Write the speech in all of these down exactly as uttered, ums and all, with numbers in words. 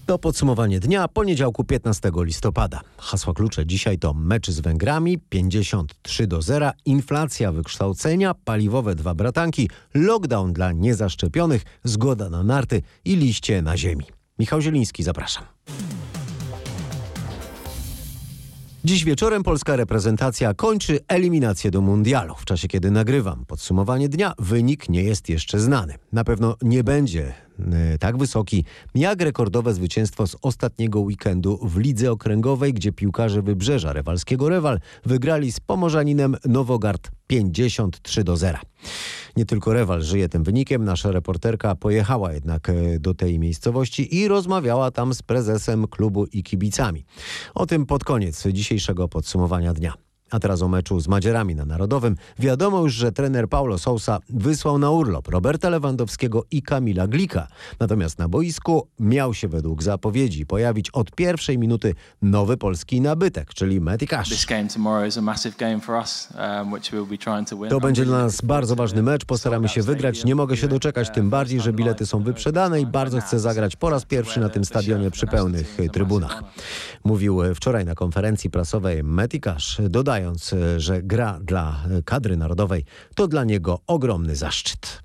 To podsumowanie dnia poniedziałku piętnastego listopada. Hasła klucze dzisiaj to mecz z Węgrami, pięćdziesiąt trzy do zera, inflacja wykształcenia, paliwowe dwa bratanki, lockdown dla niezaszczepionych, zgoda na narty i liście na ziemi. Michał Zieliński, zapraszam. Dziś wieczorem polska reprezentacja kończy eliminację do mundialu. W czasie, kiedy nagrywam podsumowanie dnia, wynik nie jest jeszcze znany. Na pewno nie będzie e, tak wysoki jak rekordowe zwycięstwo z ostatniego weekendu w lidze okręgowej, gdzie piłkarze Wybrzeża Rewalskiego Rewal wygrali z Pomorzaninem Nowogard pięćdziesiąt trzy do zera. Nie tylko Rewal żyje tym wynikiem. Nasza reporterka pojechała jednak do tej miejscowości i rozmawiała tam z prezesem klubu i kibicami. O tym pod koniec dzisiejszego podsumowania dnia. A teraz o meczu z Madzierami na Narodowym. Wiadomo już, że trener Paulo Sousa wysłał na urlop Roberta Lewandowskiego i Kamila Glika. Natomiast na boisku miał się według zapowiedzi pojawić od pierwszej minuty nowy polski nabytek, czyli Matty Cash. To będzie dla nas bardzo ważny mecz. Postaramy się wygrać. Nie mogę się doczekać, tym bardziej, że bilety są wyprzedane i bardzo chcę zagrać po raz pierwszy na tym stadionie przy pełnych trybunach. Mówił wczoraj na konferencji prasowej Matty Cash, dodając, że gra dla kadry narodowej to dla niego ogromny zaszczyt.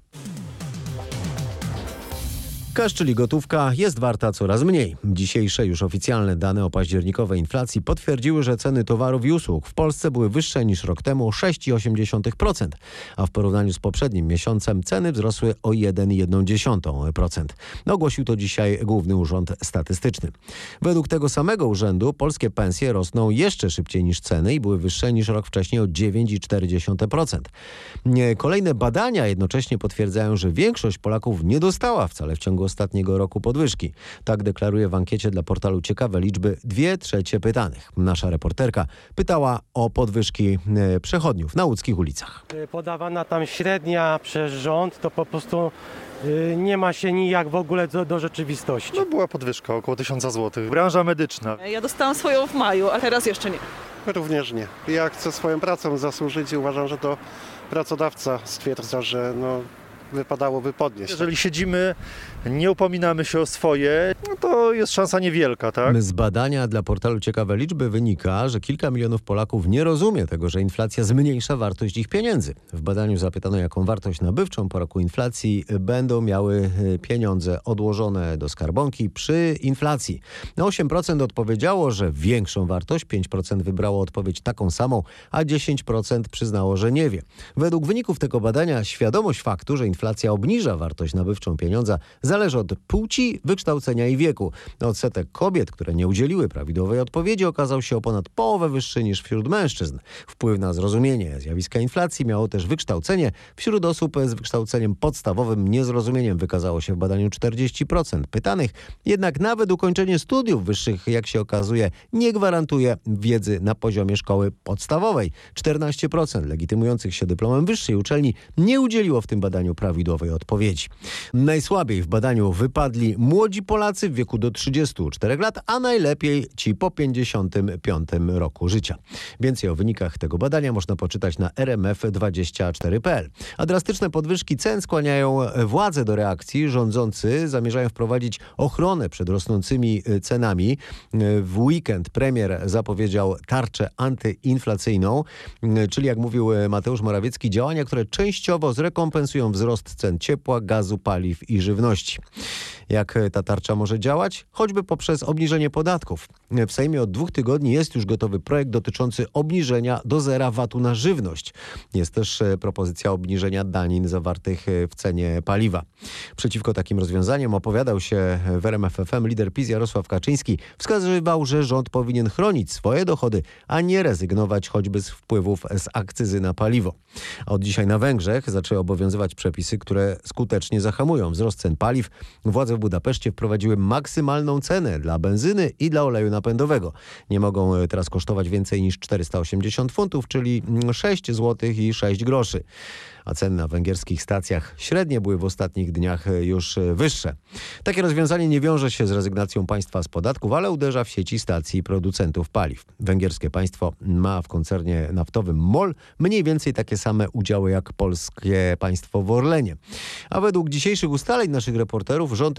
Cash, czyli gotówka, jest warta coraz mniej. Dzisiejsze już oficjalne dane o październikowej inflacji potwierdziły, że ceny towarów i usług w Polsce były wyższe niż rok temu o sześć przecinek osiem procent, a w porównaniu z poprzednim miesiącem ceny wzrosły o jeden przecinek jeden procent. Ogłosił to dzisiaj Główny Urząd Statystyczny. Według tego samego urzędu polskie pensje rosną jeszcze szybciej niż ceny i były wyższe niż rok wcześniej o dziewięć przecinek cztery procent. Kolejne badania jednocześnie potwierdzają, że większość Polaków nie dostała wcale w ciągu ostatniego roku podwyżki. Tak deklaruje w ankiecie dla portalu Ciekawe Liczby dwie trzecie pytanych. Nasza reporterka pytała o podwyżki przechodniów na łódzkich ulicach. Podawana tam średnia przez rząd to po prostu yy, nie ma się nijak w ogóle do, do rzeczywistości. No była podwyżka około tysiąca złotych. Branża medyczna. Ja dostałam swoją w maju, a teraz jeszcze nie. Również nie. Ja chcę swoją pracą zasłużyć i uważam, że to pracodawca stwierdza, że no wypadałoby podnieść. Jeżeli siedzimy, nie upominamy się o swoje, no to jest szansa niewielka, tak? Z badania dla portalu Ciekawe Liczby wynika, że kilka milionów Polaków nie rozumie tego, że inflacja zmniejsza wartość ich pieniędzy. W badaniu zapytano, jaką wartość nabywczą po roku inflacji będą miały pieniądze odłożone do skarbonki przy inflacji. osiem procent odpowiedziało, że większą wartość, pięć procent wybrało odpowiedź taką samą, a dziesięć procent przyznało, że nie wie. Według wyników tego badania świadomość faktu, że inflacja obniża wartość nabywczą pieniądza, zależy od płci, wykształcenia i wieku. Odsetek kobiet, które nie udzieliły prawidłowej odpowiedzi, okazał się o ponad połowę wyższy niż wśród mężczyzn. Wpływ na zrozumienie zjawiska inflacji miało też wykształcenie. Wśród osób z wykształceniem podstawowym niezrozumieniem wykazało się w badaniu czterdzieści procent pytanych. Jednak nawet ukończenie studiów wyższych, jak się okazuje, nie gwarantuje wiedzy na poziomie szkoły podstawowej. czternaście procent legitymujących się dyplomem wyższej uczelni nie udzieliło w tym badaniu prawidłowej odpowiedzi. Najsłabiej w badaniu wypadli młodzi Polacy w wieku do trzydziestu czterech lat, a najlepiej ci po pięćdziesiątym piątym roku życia. Więcej o wynikach tego badania można poczytać na r m f dwadzieścia cztery kropka p l. A drastyczne podwyżki cen skłaniają władze do reakcji. Rządzący zamierzają wprowadzić ochronę przed rosnącymi cenami. W weekend premier zapowiedział tarczę antyinflacyjną, czyli jak mówił Mateusz Morawiecki, działania, które częściowo zrekompensują wzrost cen ciepła, gazu, paliw i żywności. Jak ta tarcza może działać? Choćby poprzez obniżenie podatków. W Sejmie od dwóch tygodni jest już gotowy projekt dotyczący obniżenia do zera vatu na żywność. Jest też propozycja obniżenia danin zawartych w cenie paliwa. Przeciwko takim rozwiązaniom opowiadał się w R M F F M lider PiS Jarosław Kaczyński. Wskazywał, że rząd powinien chronić swoje dochody, a nie rezygnować choćby z wpływów z akcyzy na paliwo. A od dzisiaj na Węgrzech zaczęły obowiązywać przepisy, które skutecznie zahamują wzrost cen paliw. Władze w Budapeszcie wprowadziły maksymalną cenę dla benzyny i dla oleju napędowego. Nie mogą teraz kosztować więcej niż czterysta osiemdziesiąt funtów, czyli sześć złotych i sześć groszy. A ceny na węgierskich stacjach średnie były w ostatnich dniach już wyższe. Takie rozwiązanie nie wiąże się z rezygnacją państwa z podatków, ale uderza w sieci stacji producentów paliw. Węgierskie państwo ma w koncernie naftowym MOL mniej więcej takie same udziały jak polskie państwo w Orlenie. A według dzisiejszych ustaleń naszych reporterów rząd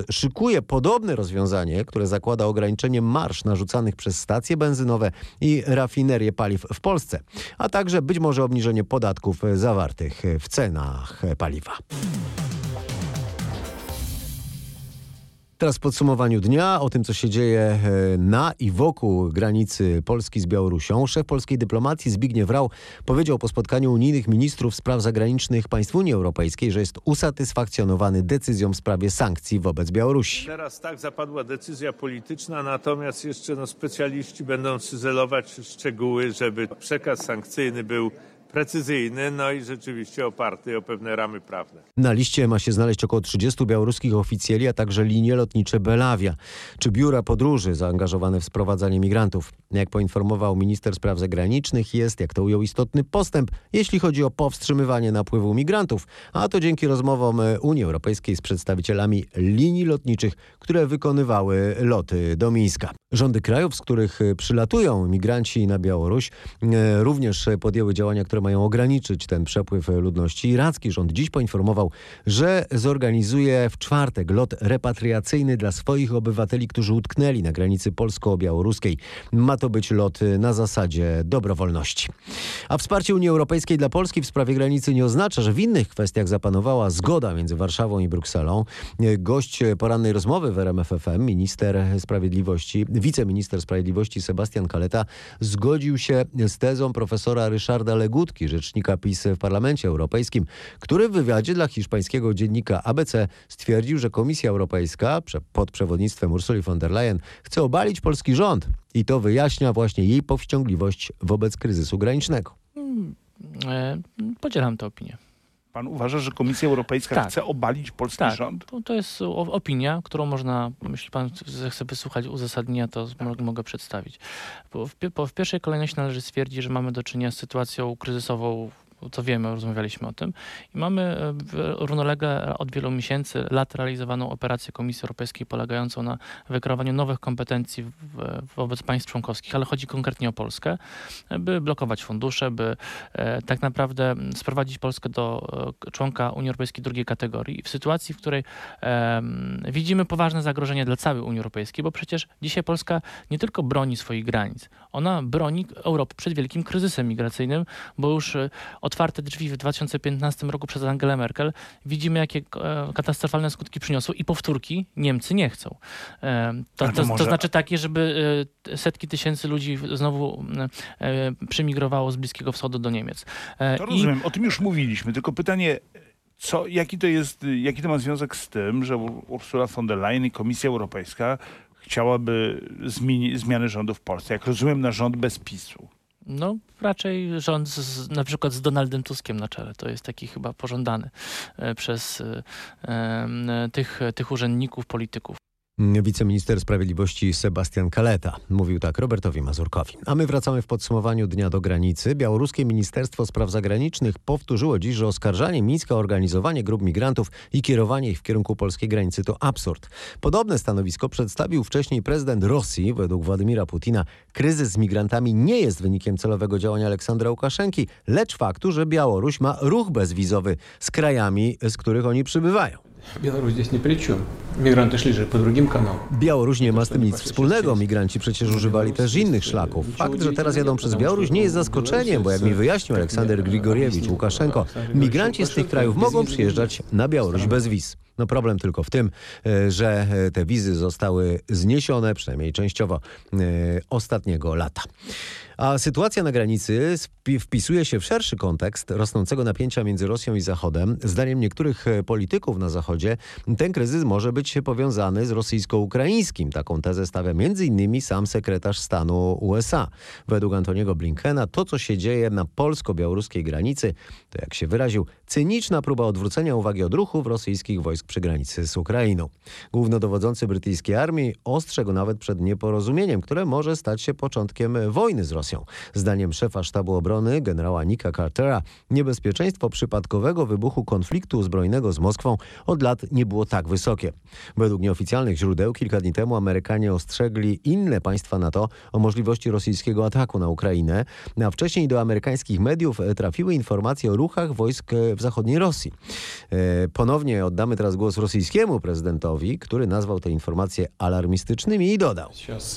szykuje podobne rozwiązanie, które zakłada ograniczenie marż narzucanych przez stacje benzynowe i rafinerie paliw w Polsce, a także być może obniżenie podatków zawartych w cenach paliwa. Teraz w podsumowaniu dnia o tym, co się dzieje na i wokół granicy Polski z Białorusią. Szef polskiej dyplomacji Zbigniew Rau powiedział po spotkaniu unijnych ministrów spraw zagranicznych państw Unii Europejskiej, że jest usatysfakcjonowany decyzją w sprawie sankcji wobec Białorusi. Teraz tak zapadła decyzja polityczna, natomiast jeszcze no, specjaliści będą cyzelować szczegóły, żeby przekaz sankcyjny był precyzyjny, no i rzeczywiście oparty o pewne ramy prawne. Na liście ma się znaleźć około trzydziestu białoruskich oficjeli, a także linie lotnicze Belavia czy biura podróży zaangażowane w sprowadzanie migrantów. Jak poinformował minister spraw zagranicznych, jest, jak to ujął, istotny postęp, jeśli chodzi o powstrzymywanie napływu migrantów, a to dzięki rozmowom Unii Europejskiej z przedstawicielami linii lotniczych, które wykonywały loty do Mińska. Rządy krajów, z których przylatują migranci na Białoruś, również podjęły działania, które mają ograniczyć ten przepływ ludności. Iracki rząd dziś poinformował, że zorganizuje w czwartek lot repatriacyjny dla swoich obywateli, którzy utknęli na granicy polsko-białoruskiej. Ma to być lot na zasadzie dobrowolności. A wsparcie Unii Europejskiej dla Polski w sprawie granicy nie oznacza, że w innych kwestiach zapanowała zgoda między Warszawą i Brukselą. Gość porannej rozmowy w R M F F M, minister sprawiedliwości, wiceminister sprawiedliwości Sebastian Kaleta zgodził się z tezą profesora Ryszarda Legutki, rzecznika PiS w Parlamencie Europejskim, który w wywiadzie dla hiszpańskiego dziennika A B C stwierdził, że Komisja Europejska pod przewodnictwem Ursuli von der Leyen chce obalić polski rząd i to wyjaśnia właśnie jej powściągliwość wobec kryzysu granicznego. Hmm, e, podzielam tę opinię. Pan uważa, że Komisja Europejska tak. chce obalić polski tak. rząd? To, to jest opinia, którą można, jeśli pan chce wysłuchać uzasadnienia, to mogę przedstawić. Bo w, po, w pierwszej kolejności należy stwierdzić, że mamy do czynienia z sytuacją kryzysową, to wiemy, rozmawialiśmy o tym. I mamy równolegle od wielu miesięcy, lat realizowaną operację Komisji Europejskiej polegającą na wykreowaniu nowych kompetencji w, wobec państw członkowskich, ale chodzi konkretnie o Polskę, by blokować fundusze, by e, tak naprawdę sprowadzić Polskę do e, członka Unii Europejskiej drugiej kategorii. I w sytuacji, w której e, widzimy poważne zagrożenie dla całej Unii Europejskiej, bo przecież dzisiaj Polska nie tylko broni swoich granic, ona broni Europy przed wielkim kryzysem migracyjnym, bo już e, otwarte drzwi w dwa tysiące piętnastym roku przez Angelę Merkel, widzimy, jakie e, katastrofalne skutki przyniosły i powtórki Niemcy nie chcą. E, to, to, to znaczy takie, żeby e, setki tysięcy ludzi znowu e, przymigrowało z Bliskiego Wschodu do Niemiec. E, to rozumiem, i... o tym już mówiliśmy, tylko pytanie, co, jaki, to jest, jaki to ma związek z tym, że Ursula von der Leyen i Komisja Europejska chciałaby zmieni, zmiany rządu w Polsce, jak rozumiem, na rząd bez PiSu? No raczej rząd z, na przykład z Donaldem Tuskiem na czele. To jest taki chyba pożądany e, przez e, e, tych, tych urzędników, polityków. Wiceminister Sprawiedliwości Sebastian Kaleta mówił tak Robertowi Mazurkowi. A my wracamy w podsumowaniu dnia do granicy. Białoruskie Ministerstwo Spraw Zagranicznych powtórzyło dziś, że oskarżanie Mińska o organizowanie grup migrantów i kierowanie ich w kierunku polskiej granicy to absurd. Podobne stanowisko przedstawił wcześniej prezydent Rosji. Według Władimira Putina kryzys z migrantami nie jest wynikiem celowego działania Aleksandra Łukaszenki, lecz faktu, że Białoruś ma ruch bezwizowy z krajami, z których oni przybywają. Białoruś здесь ни при чем. Migranty szli po drugim kanału. Białoruś nie ma z tym nic wspólnego. Migranci przecież używali też innych szlaków. Fakt, że teraz jadą przez Białoruś, nie jest zaskoczeniem, bo jak mi wyjaśnił Aleksander Grigoriewicz Łukaszenko, migranci z tych krajów mogą przyjeżdżać na Białoruś bez wiz. No problem tylko w tym, że te wizy zostały zniesione, przynajmniej częściowo, ostatniego lata. A sytuacja na granicy wpisuje się w szerszy kontekst rosnącego napięcia między Rosją i Zachodem. Zdaniem niektórych polityków na Zachodzie ten kryzys może być powiązany z rosyjsko-ukraińskim. Taką tezę stawia między innymi sam sekretarz stanu U S A. Według Antoniego Blinkena to, co się dzieje na polsko-białoruskiej granicy, to jak się wyraził, cyniczna próba odwrócenia uwagi od ruchów rosyjskich wojsk przy granicy z Ukrainą. Głównodowodzący brytyjskiej armii ostrzegł nawet przed nieporozumieniem, które może stać się początkiem wojny z Rosją. Rosją. Zdaniem szefa sztabu obrony generała Nicka Cartera niebezpieczeństwo przypadkowego wybuchu konfliktu zbrojnego z Moskwą od lat nie było tak wysokie. Według nieoficjalnych źródeł kilka dni temu Amerykanie ostrzegli inne państwa NATO o możliwości rosyjskiego ataku na Ukrainę, a wcześniej do amerykańskich mediów trafiły informacje o ruchach wojsk w zachodniej Rosji. Ponownie oddamy teraz głos rosyjskiemu prezydentowi, który nazwał te informacje alarmistycznymi i dodał: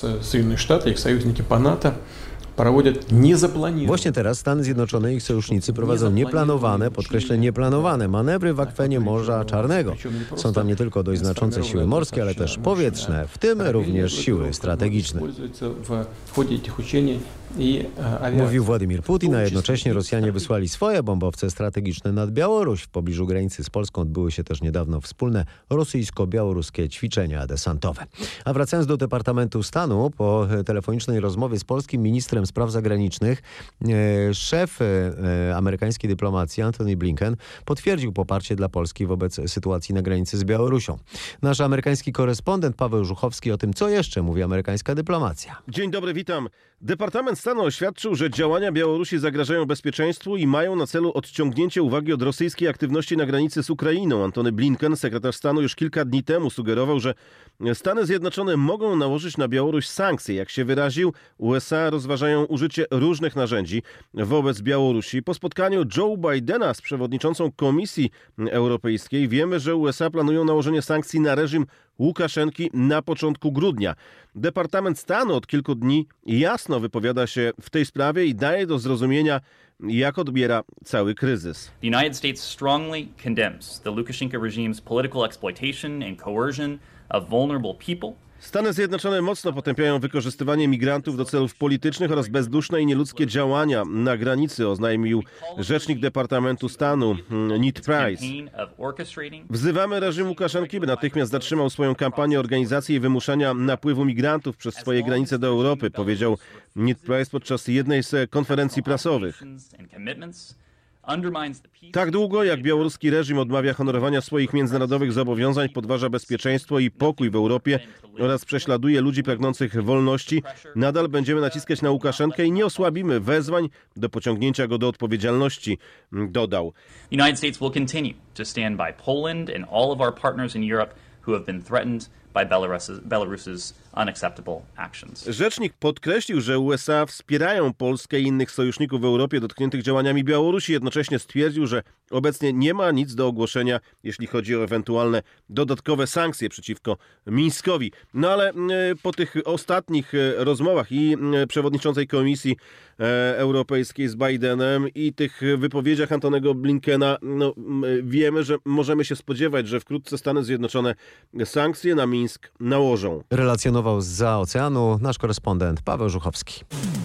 Właśnie teraz Stany Zjednoczone i ich sojusznicy prowadzą nieplanowane, podkreślę nieplanowane manewry w akwenie Morza Czarnego. Są tam nie tylko dość znaczące siły morskie, ale też powietrzne, w tym również siły strategiczne. Mówił Władimir Putin, a jednocześnie Rosjanie wysłali swoje bombowce strategiczne nad Białoruś. W pobliżu granicy z Polską odbyły się też niedawno wspólne rosyjsko-białoruskie ćwiczenia desantowe. A wracając do Departamentu Stanu, po telefonicznej rozmowie z polskim ministrem spraw zagranicznych, szef amerykańskiej dyplomacji Antony Blinken potwierdził poparcie dla Polski wobec sytuacji na granicy z Białorusią. Nasz amerykański korespondent Paweł Żuchowski o tym, co jeszcze mówi amerykańska dyplomacja. Dzień dobry, witam. Departament Stanu oświadczył, że działania Białorusi zagrażają bezpieczeństwu i mają na celu odciągnięcie uwagi od rosyjskiej aktywności na granicy z Ukrainą. Antony Blinken, sekretarz stanu, już kilka dni temu sugerował, że Stany Zjednoczone mogą nałożyć na Białoruś sankcje. Jak się wyraził, U S A rozważają użycie różnych narzędzi wobec Białorusi. Po spotkaniu Joe Bidena z przewodniczącą Komisji Europejskiej wiemy, że U S A planują nałożenie sankcji na reżim Łukaszenki na początku grudnia. Departament Stanu od kilku dni jasno wypowiada się w tej sprawie i daje do zrozumienia, jak odbiera cały kryzys. The United States strongly condemns the Lukashenko regime's political exploitation and coercion of vulnerable people. Stany Zjednoczone mocno potępiają wykorzystywanie migrantów do celów politycznych oraz bezduszne i nieludzkie działania na granicy, oznajmił rzecznik Departamentu Stanu Ned Price. Wzywamy reżim Łukaszenki, by natychmiast zatrzymał swoją kampanię organizacji i wymuszania napływu migrantów przez swoje granice do Europy, powiedział Ned Price podczas jednej z konferencji prasowych. Tak długo, jak białoruski reżim odmawia honorowania swoich międzynarodowych zobowiązań, podważa bezpieczeństwo i pokój w Europie oraz prześladuje ludzi pragnących wolności, nadal będziemy naciskać na Łukaszenkę i nie osłabimy wezwań do pociągnięcia go do odpowiedzialności, dodał. The United States will continue to stand by Poland and all of our partners in Europe who have been threatened by Belarus's, Belarus's unacceptable actions. Rzecznik podkreślił, że U S A wspierają Polskę i innych sojuszników w Europie dotkniętych działaniami Białorusi. Jednocześnie stwierdził, że obecnie nie ma nic do ogłoszenia, jeśli chodzi o ewentualne dodatkowe sankcje przeciwko Mińskowi. No ale po tych ostatnich rozmowach i przewodniczącej Komisji Europejskiej z Bidenem i tych wypowiedziach Antonego Blinkena, no, wiemy, że możemy się spodziewać, że wkrótce Stany Zjednoczone sankcje na Mińsk nałożą. Relacjonował zza oceanu nasz korespondent Paweł Żuchowski.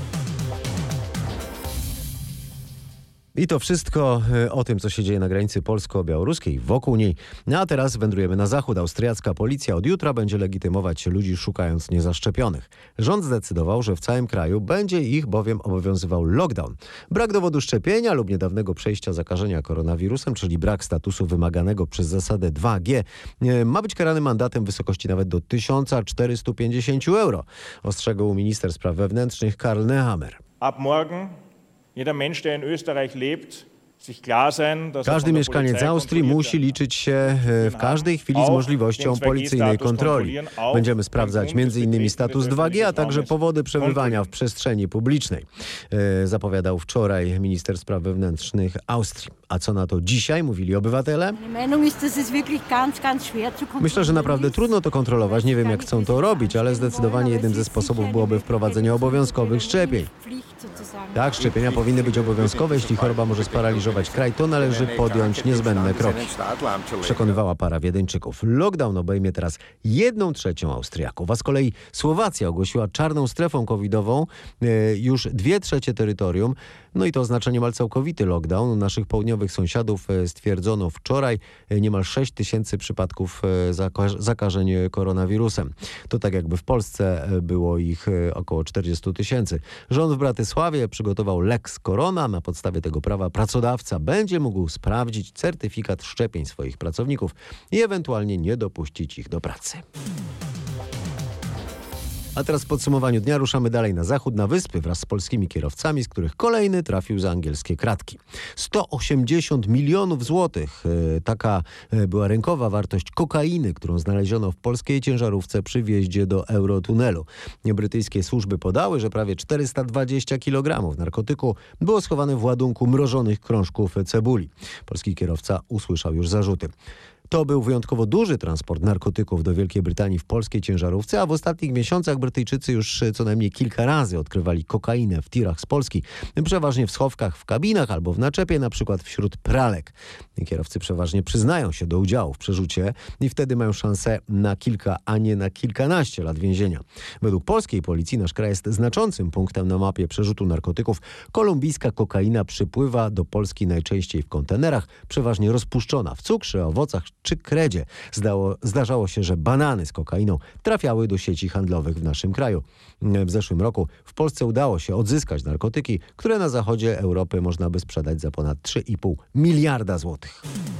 I to wszystko o tym, co się dzieje na granicy polsko-białoruskiej, wokół niej. No a teraz wędrujemy na zachód. Austriacka policja od jutra będzie legitymować ludzi szukając niezaszczepionych. Rząd zdecydował, że w całym kraju będzie ich bowiem obowiązywał lockdown. Brak dowodu szczepienia lub niedawnego przejścia zakażenia koronawirusem, czyli brak statusu wymaganego przez zasadę dwa G, ma być karany mandatem w wysokości nawet do tysiąc czterysta pięćdziesiąt euro, ostrzegł minister spraw wewnętrznych Karl Nehammer. Ab morgen Jeder Mensch, der in Österreich lebt, sich klar sein, dass Każdy mieszkaniec Austrii musi liczyć się w każdej chwili z możliwością policyjnej kontroli. Będziemy sprawdzać między innymi status dwa G, a także powody przebywania w przestrzeni publicznej, zapowiadał wczoraj minister spraw wewnętrznych Austrii. A co na to dzisiaj mówili obywatele? Myślę, że naprawdę trudno to kontrolować. Nie wiem, jak chcą to robić, ale zdecydowanie jednym ze sposobów byłoby wprowadzenie obowiązkowych szczepień. Tak, szczepienia powinny być obowiązkowe. Jeśli choroba może sparaliżować kraj, to należy podjąć niezbędne kroki, przekonywała para Wiedeńczyków. Lockdown obejmie teraz jedną trzecią Austriaków, a z kolei Słowacja ogłosiła czarną strefą covidową już dwie trzecie terytorium. No i to oznacza niemal całkowity lockdown. U naszych południowych sąsiadów stwierdzono wczoraj niemal sześć tysięcy przypadków zakażeń koronawirusem. To tak jakby w Polsce było ich około czterdzieści tysięcy. Rząd w Bratysławie przygotował Lex Corona. Na podstawie tego prawa pracodawca będzie mógł sprawdzić certyfikat szczepień swoich pracowników i ewentualnie nie dopuścić ich do pracy. A teraz w podsumowaniu dnia ruszamy dalej na zachód, na wyspy wraz z polskimi kierowcami, z których kolejny trafił za angielskie kratki. sto osiemdziesiąt milionów złotych. Taka była rynkowa wartość kokainy, którą znaleziono w polskiej ciężarówce przy wjeździe do Eurotunelu. Brytyjskie służby podały, że prawie czterysta dwadzieścia kilogramów narkotyku było schowane w ładunku mrożonych krążków cebuli. Polski kierowca usłyszał już zarzuty. To był wyjątkowo duży transport narkotyków do Wielkiej Brytanii w polskiej ciężarówce, a w ostatnich miesiącach Brytyjczycy już co najmniej kilka razy odkrywali kokainę w tirach z Polski. Przeważnie w schowkach w kabinach albo w naczepie, na przykład wśród pralek. Kierowcy przeważnie przyznają się do udziału w przerzucie i wtedy mają szansę na kilka, a nie na kilkanaście lat więzienia. Według polskiej policji nasz kraj jest znaczącym punktem na mapie przerzutu narkotyków. Kolumbijska kokaina przypływa do Polski najczęściej w kontenerach, przeważnie rozpuszczona w cukrze, owocach czy kredzie. Zdało, zdarzało się, że banany z kokainą trafiały do sieci handlowych w naszym kraju. W zeszłym roku w Polsce udało się odzyskać narkotyki, które na zachodzie Europy można by sprzedać za ponad trzy i pół miliarda złotych.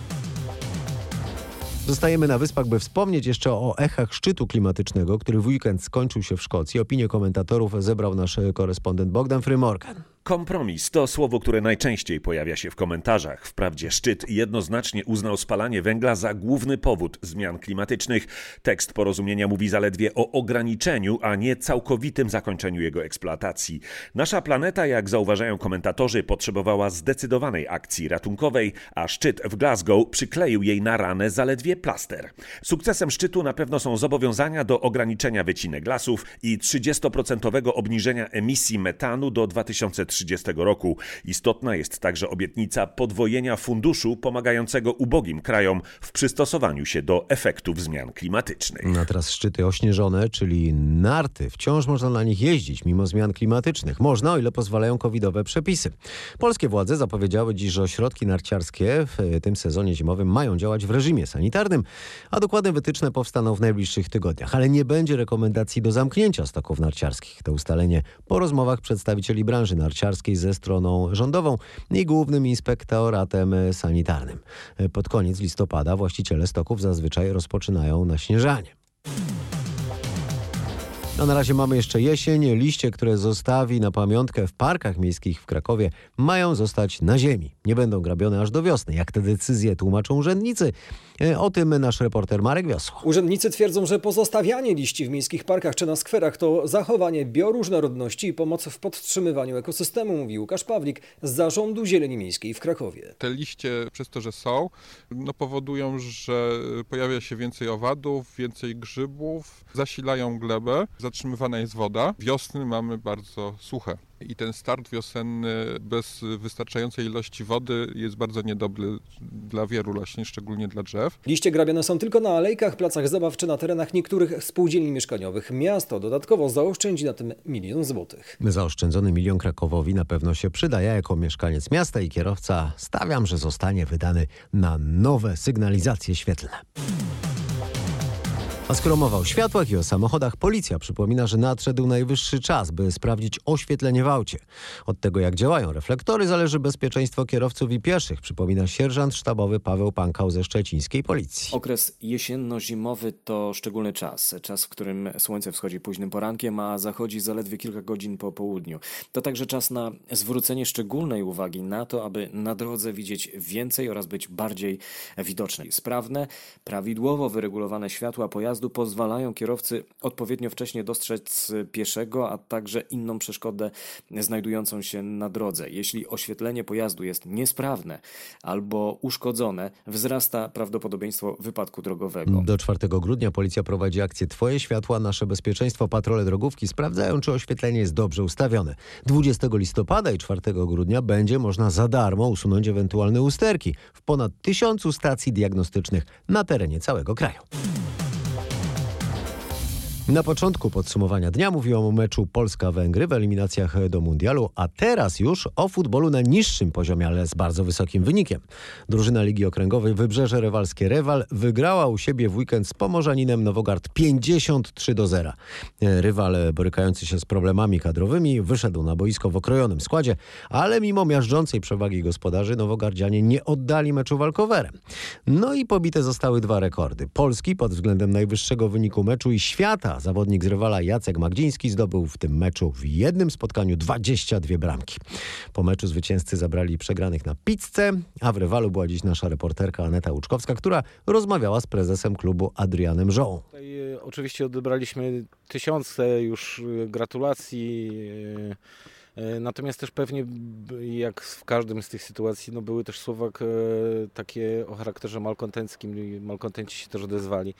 Zostajemy na Wyspach, by wspomnieć jeszcze o echach szczytu klimatycznego, który w weekend skończył się w Szkocji. Opinię komentatorów zebrał nasz korespondent Bogdan Frymorgan. Kompromis to słowo, które najczęściej pojawia się w komentarzach. Wprawdzie szczyt jednoznacznie uznał spalanie węgla za główny powód zmian klimatycznych. Tekst porozumienia mówi zaledwie o ograniczeniu, a nie całkowitym zakończeniu jego eksploatacji. Nasza planeta, jak zauważają komentatorzy, potrzebowała zdecydowanej akcji ratunkowej, a szczyt w Glasgow przykleił jej na ranę zaledwie plaster. Sukcesem szczytu na pewno są zobowiązania do ograniczenia wycinek lasów i trzydziestoprocentowego obniżenia emisji metanu do dwa tysiące trzydziestego roku. Istotna jest także obietnica podwojenia funduszu pomagającego ubogim krajom w przystosowaniu się do efektów zmian klimatycznych. A teraz szczyty ośnieżone, czyli narty. Wciąż można na nich jeździć mimo zmian klimatycznych. Można, o ile pozwalają covidowe przepisy. Polskie władze zapowiedziały dziś, że ośrodki narciarskie w tym sezonie zimowym mają działać w reżimie sanitarnym, a dokładne wytyczne powstaną w najbliższych tygodniach. Ale nie będzie rekomendacji do zamknięcia stoków narciarskich. To ustalenie po rozmowach przedstawicieli branży narciarskiej ze stroną rządową i Głównym Inspektoratem Sanitarnym. Pod koniec listopada właściciele stoków zazwyczaj rozpoczynają naśnieżanie. A na razie mamy jeszcze jesień. Liście, które zostawi na pamiątkę w parkach miejskich w Krakowie, mają zostać na ziemi. Nie będą grabione aż do wiosny. Jak te decyzje tłumaczą urzędnicy? O tym nasz reporter Marek Wiosło. Urzędnicy twierdzą, że pozostawianie liści w miejskich parkach czy na skwerach to zachowanie bioróżnorodności i pomoc w podtrzymywaniu ekosystemu, mówi Łukasz Pawlik z Zarządu Zieleni Miejskiej w Krakowie. Te liście przez to, że są, no powodują, że pojawia się więcej owadów, więcej grzybów, zasilają glebę, zatrzymywana jest woda. Wiosny mamy bardzo suche. I ten start wiosenny bez wystarczającej ilości wody jest bardzo niedobry dla wielu roślin, szczególnie dla drzew. Liście grabione są tylko na alejkach, placach zabaw czy na terenach niektórych spółdzielni mieszkaniowych. Miasto dodatkowo zaoszczędzi na tym milion złotych. Zaoszczędzony milion Krakowowi na pewno się przyda. Ja jako mieszkaniec miasta i kierowca stawiam, że zostanie wydany na nowe sygnalizacje świetlne. A skoro mowa o światłach i o samochodach, policja przypomina, że nadszedł najwyższy czas, by sprawdzić oświetlenie w aucie. Od tego, jak działają reflektory, zależy bezpieczeństwo kierowców i pieszych, przypomina sierżant sztabowy Paweł Pankał ze szczecińskiej policji. Okres jesienno-zimowy to szczególny czas. Czas, w którym słońce wschodzi późnym porankiem, a zachodzi zaledwie kilka godzin po południu. To także czas na zwrócenie szczególnej uwagi na to, aby na drodze widzieć więcej oraz być bardziej widoczny. Sprawne, prawidłowo wyregulowane światła pojazdu pozwalają kierowcy odpowiednio wcześnie dostrzec pieszego, a także inną przeszkodę znajdującą się na drodze. Jeśli oświetlenie pojazdu jest niesprawne albo uszkodzone, wzrasta prawdopodobieństwo wypadku drogowego. Do czwartego grudnia policja prowadzi akcję Twoje światła, nasze bezpieczeństwo. Patrole drogówki sprawdzają, czy oświetlenie jest dobrze ustawione. dwudziestego listopada i czwartego grudnia będzie można za darmo usunąć ewentualne usterki w ponad tysiącu stacji diagnostycznych na terenie całego kraju. Na początku podsumowania dnia mówiłam o meczu Polska-Węgry w eliminacjach do mundialu, a teraz już o futbolu na niższym poziomie, ale z bardzo wysokim wynikiem. Drużyna Ligi Okręgowej Wybrzeże Rewalskie Rewal wygrała u siebie w weekend z Pomorzaninem Nowogard pięćdziesiąt trzy do zera. Rywal borykający się z problemami kadrowymi wyszedł na boisko w okrojonym składzie, ale mimo miażdżącej przewagi gospodarzy nowogardzianie nie oddali meczu walkowerem. No i pobite zostały dwa rekordy. Polski pod względem najwyższego wyniku meczu i świata Lata. Zawodnik z Rywala Jacek Magdziński zdobył w tym meczu w jednym spotkaniu dwadzieścia dwie bramki. Po meczu zwycięzcy zabrali przegranych na pizzę, a w Rywalu była dziś nasza reporterka Aneta Łuczkowska, która rozmawiała z prezesem klubu Adrianem Żołą. Tutaj e, oczywiście odebraliśmy tysiące już gratulacji. E, Natomiast też pewnie, jak w każdym z tych sytuacji, no były też słowa takie o charakterze malkontenckim. Malkontenci się też odezwali,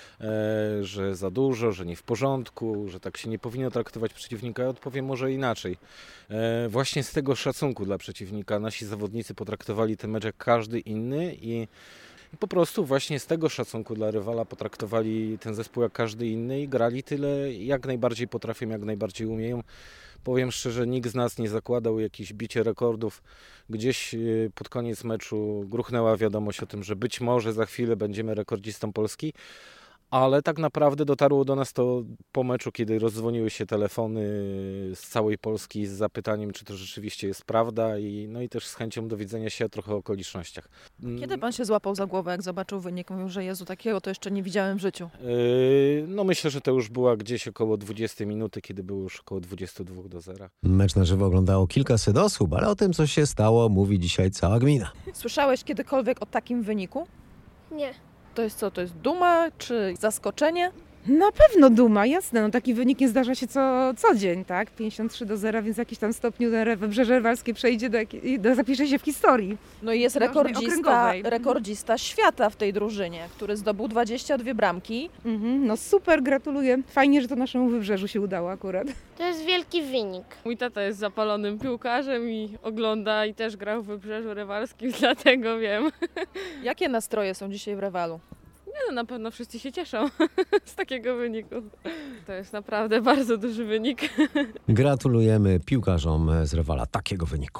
że za dużo, że nie w porządku, że tak się nie powinno traktować przeciwnika. Ja odpowiem może inaczej. Właśnie z tego szacunku dla przeciwnika nasi zawodnicy potraktowali ten mecz jak każdy inny i po prostu właśnie z tego szacunku dla rywala potraktowali ten zespół jak każdy inny i grali tyle, jak najbardziej potrafią, jak najbardziej umieją. Powiem szczerze, nikt z nas nie zakładał jakichś bicie rekordów. Gdzieś pod koniec meczu gruchnęła wiadomość o tym, że być może za chwilę będziemy rekordzistą Polski, ale tak naprawdę dotarło do nas to po meczu, kiedy rozdzwoniły się telefony z całej Polski z zapytaniem, czy to rzeczywiście jest prawda i, no i też z chęcią dowiedzenia się trochę o okolicznościach. Kiedy pan się złapał za głowę, jak zobaczył wynik? Mówił, że Jezu, takiego to jeszcze nie widziałem w życiu. Yy, no myślę, że to już była gdzieś około dwudziestej minuty, kiedy było już około dwadzieścia dwa do zera. Mecz na żywo oglądało kilkaset osób, ale o tym, co się stało, mówi dzisiaj cała gmina. Słyszałeś kiedykolwiek o takim wyniku? Nie. To jest co, to jest duma czy zaskoczenie? Na pewno duma, jasne. No, taki wynik nie zdarza się co, co dzień, tak? pięćdziesiąt trzy do zera, więc w jakimś tam stopniu ten Wybrzeże Rywalskie przejdzie, do, do, zapisze się w historii. No i jest rekordzista, rekordzista świata w tej drużynie, który zdobył dwadzieścia dwie bramki. Mhm, no super, gratuluję. Fajnie, że to naszemu Wybrzeżu się udało akurat. To jest wielki wynik. Mój tata jest zapalonym piłkarzem i ogląda i też grał w Wybrzeżu Rywalskim, dlatego wiem. Jakie nastroje są dzisiaj w Rywalu? Nie, no na pewno wszyscy się cieszą z takiego wyniku. To jest naprawdę bardzo duży wynik. Gratulujemy piłkarzom z Rywala takiego wyniku.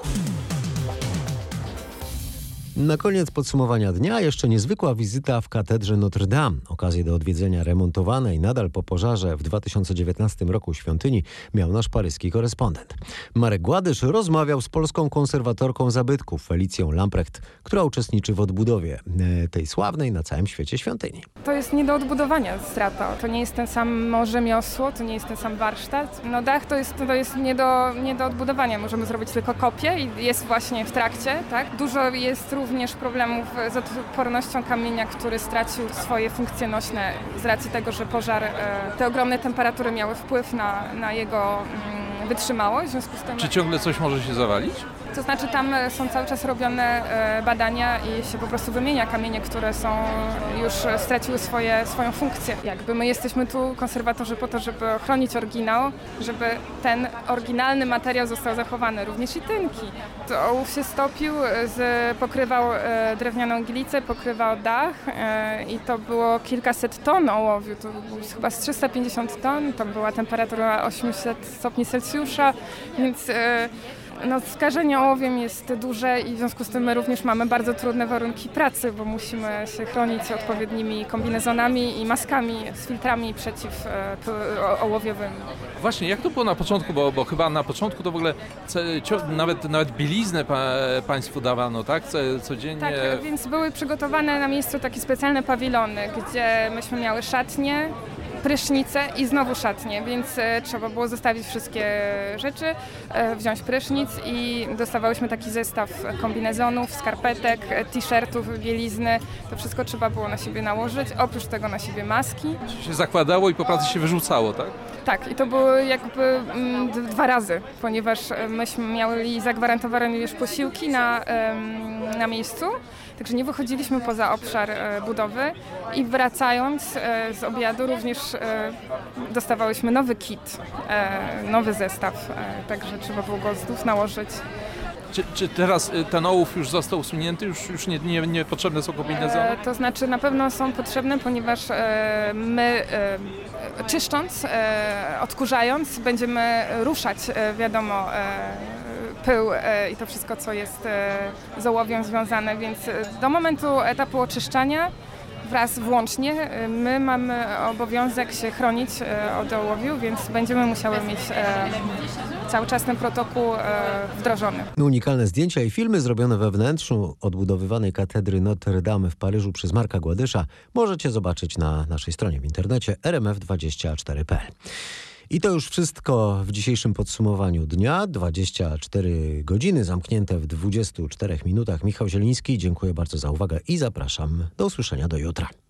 Na koniec podsumowania dnia jeszcze niezwykła wizyta w katedrze Notre Dame. Okazję do odwiedzenia remontowanej nadal po pożarze w dwa tysiące dziewiętnastym roku świątyni miał nasz paryski korespondent. Marek Gładysz rozmawiał z polską konserwatorką zabytków Felicją Lamprecht, która uczestniczy w odbudowie tej sławnej na całym świecie świątyni. To jest nie do odbudowania strata. To nie jest ten sam rzemiosło, to nie jest ten sam warsztat. No dach to jest, to jest nie, do, nie do odbudowania. Możemy zrobić tylko kopię i jest właśnie w trakcie. Tak? Dużo jest również problemów z odpornością kamienia, który stracił swoje funkcje nośne z racji tego, że pożar, te ogromne temperatury miały wpływ na, na jego wytrzymałość. W związku z tym... Czy ciągle coś może się zawalić? To znaczy tam są cały czas robione badania i się po prostu wymienia kamienie, które są już straciły swoje, swoją funkcję. Jakby my jesteśmy tu konserwatorzy po to, żeby ochronić oryginał, żeby ten oryginalny materiał został zachowany, również i tynki. To ołów się stopił, z, pokrywał drewnianą gilicę, pokrywał dach i to było kilkaset ton ołowiu, to było chyba z trzysta pięćdziesiąt ton, tam była temperatura osiemset stopni Celsjusza, więc no, skażenie ołowiem jest duże i w związku z tym my również mamy bardzo trudne warunki pracy, bo musimy się chronić odpowiednimi kombinezonami i maskami z filtrami przeciwołowiowym. Właśnie, jak to było na początku, bo, bo chyba na początku to w ogóle nawet, nawet bieliznę pa, państwu dawano, tak? Codziennie. Tak, więc były przygotowane na miejscu takie specjalne pawilony, gdzie myśmy miały szatnie, prysznice i znowu szatnie, więc e, trzeba było zostawić wszystkie rzeczy, e, wziąć prysznic i dostawałyśmy taki zestaw kombinezonów, skarpetek, t-shirtów, bielizny. To wszystko trzeba było na siebie nałożyć, oprócz tego na siebie maski. Się zakładało i po pracy się wyrzucało, tak? Tak, i to było jakby m, dwa razy, ponieważ myśmy mieli zagwarantowane już posiłki na, em, na miejscu. Także nie wychodziliśmy poza obszar e, budowy i wracając e, z obiadu również e, dostawałyśmy nowy kit, e, nowy zestaw, e, także trzeba było go znów nałożyć. Czy, czy teraz ten ołów już został usunięty, już, już nie, nie, nie potrzebne są kombinezony? E, to znaczy na pewno są potrzebne, ponieważ e, my e, czyszcząc, e, odkurzając będziemy ruszać, e, wiadomo, e, pył i to wszystko, co jest z ołowią związane, więc do momentu etapu oczyszczania wraz włącznie my mamy obowiązek się chronić od ołowiu, więc będziemy musiały mieć cały czas ten protokół wdrożony. Unikalne zdjęcia i filmy zrobione we wnętrzu odbudowywanej katedry Notre Dame w Paryżu przez Marka Gładysza możecie zobaczyć na naszej stronie w internecie r m f dwadzieścia cztery kropka p l. I to już wszystko w dzisiejszym podsumowaniu dnia. dwadzieścia cztery godziny zamknięte w dwudziestu czterech minutach. Michał Zieliński, dziękuję bardzo za uwagę i zapraszam do usłyszenia do jutra.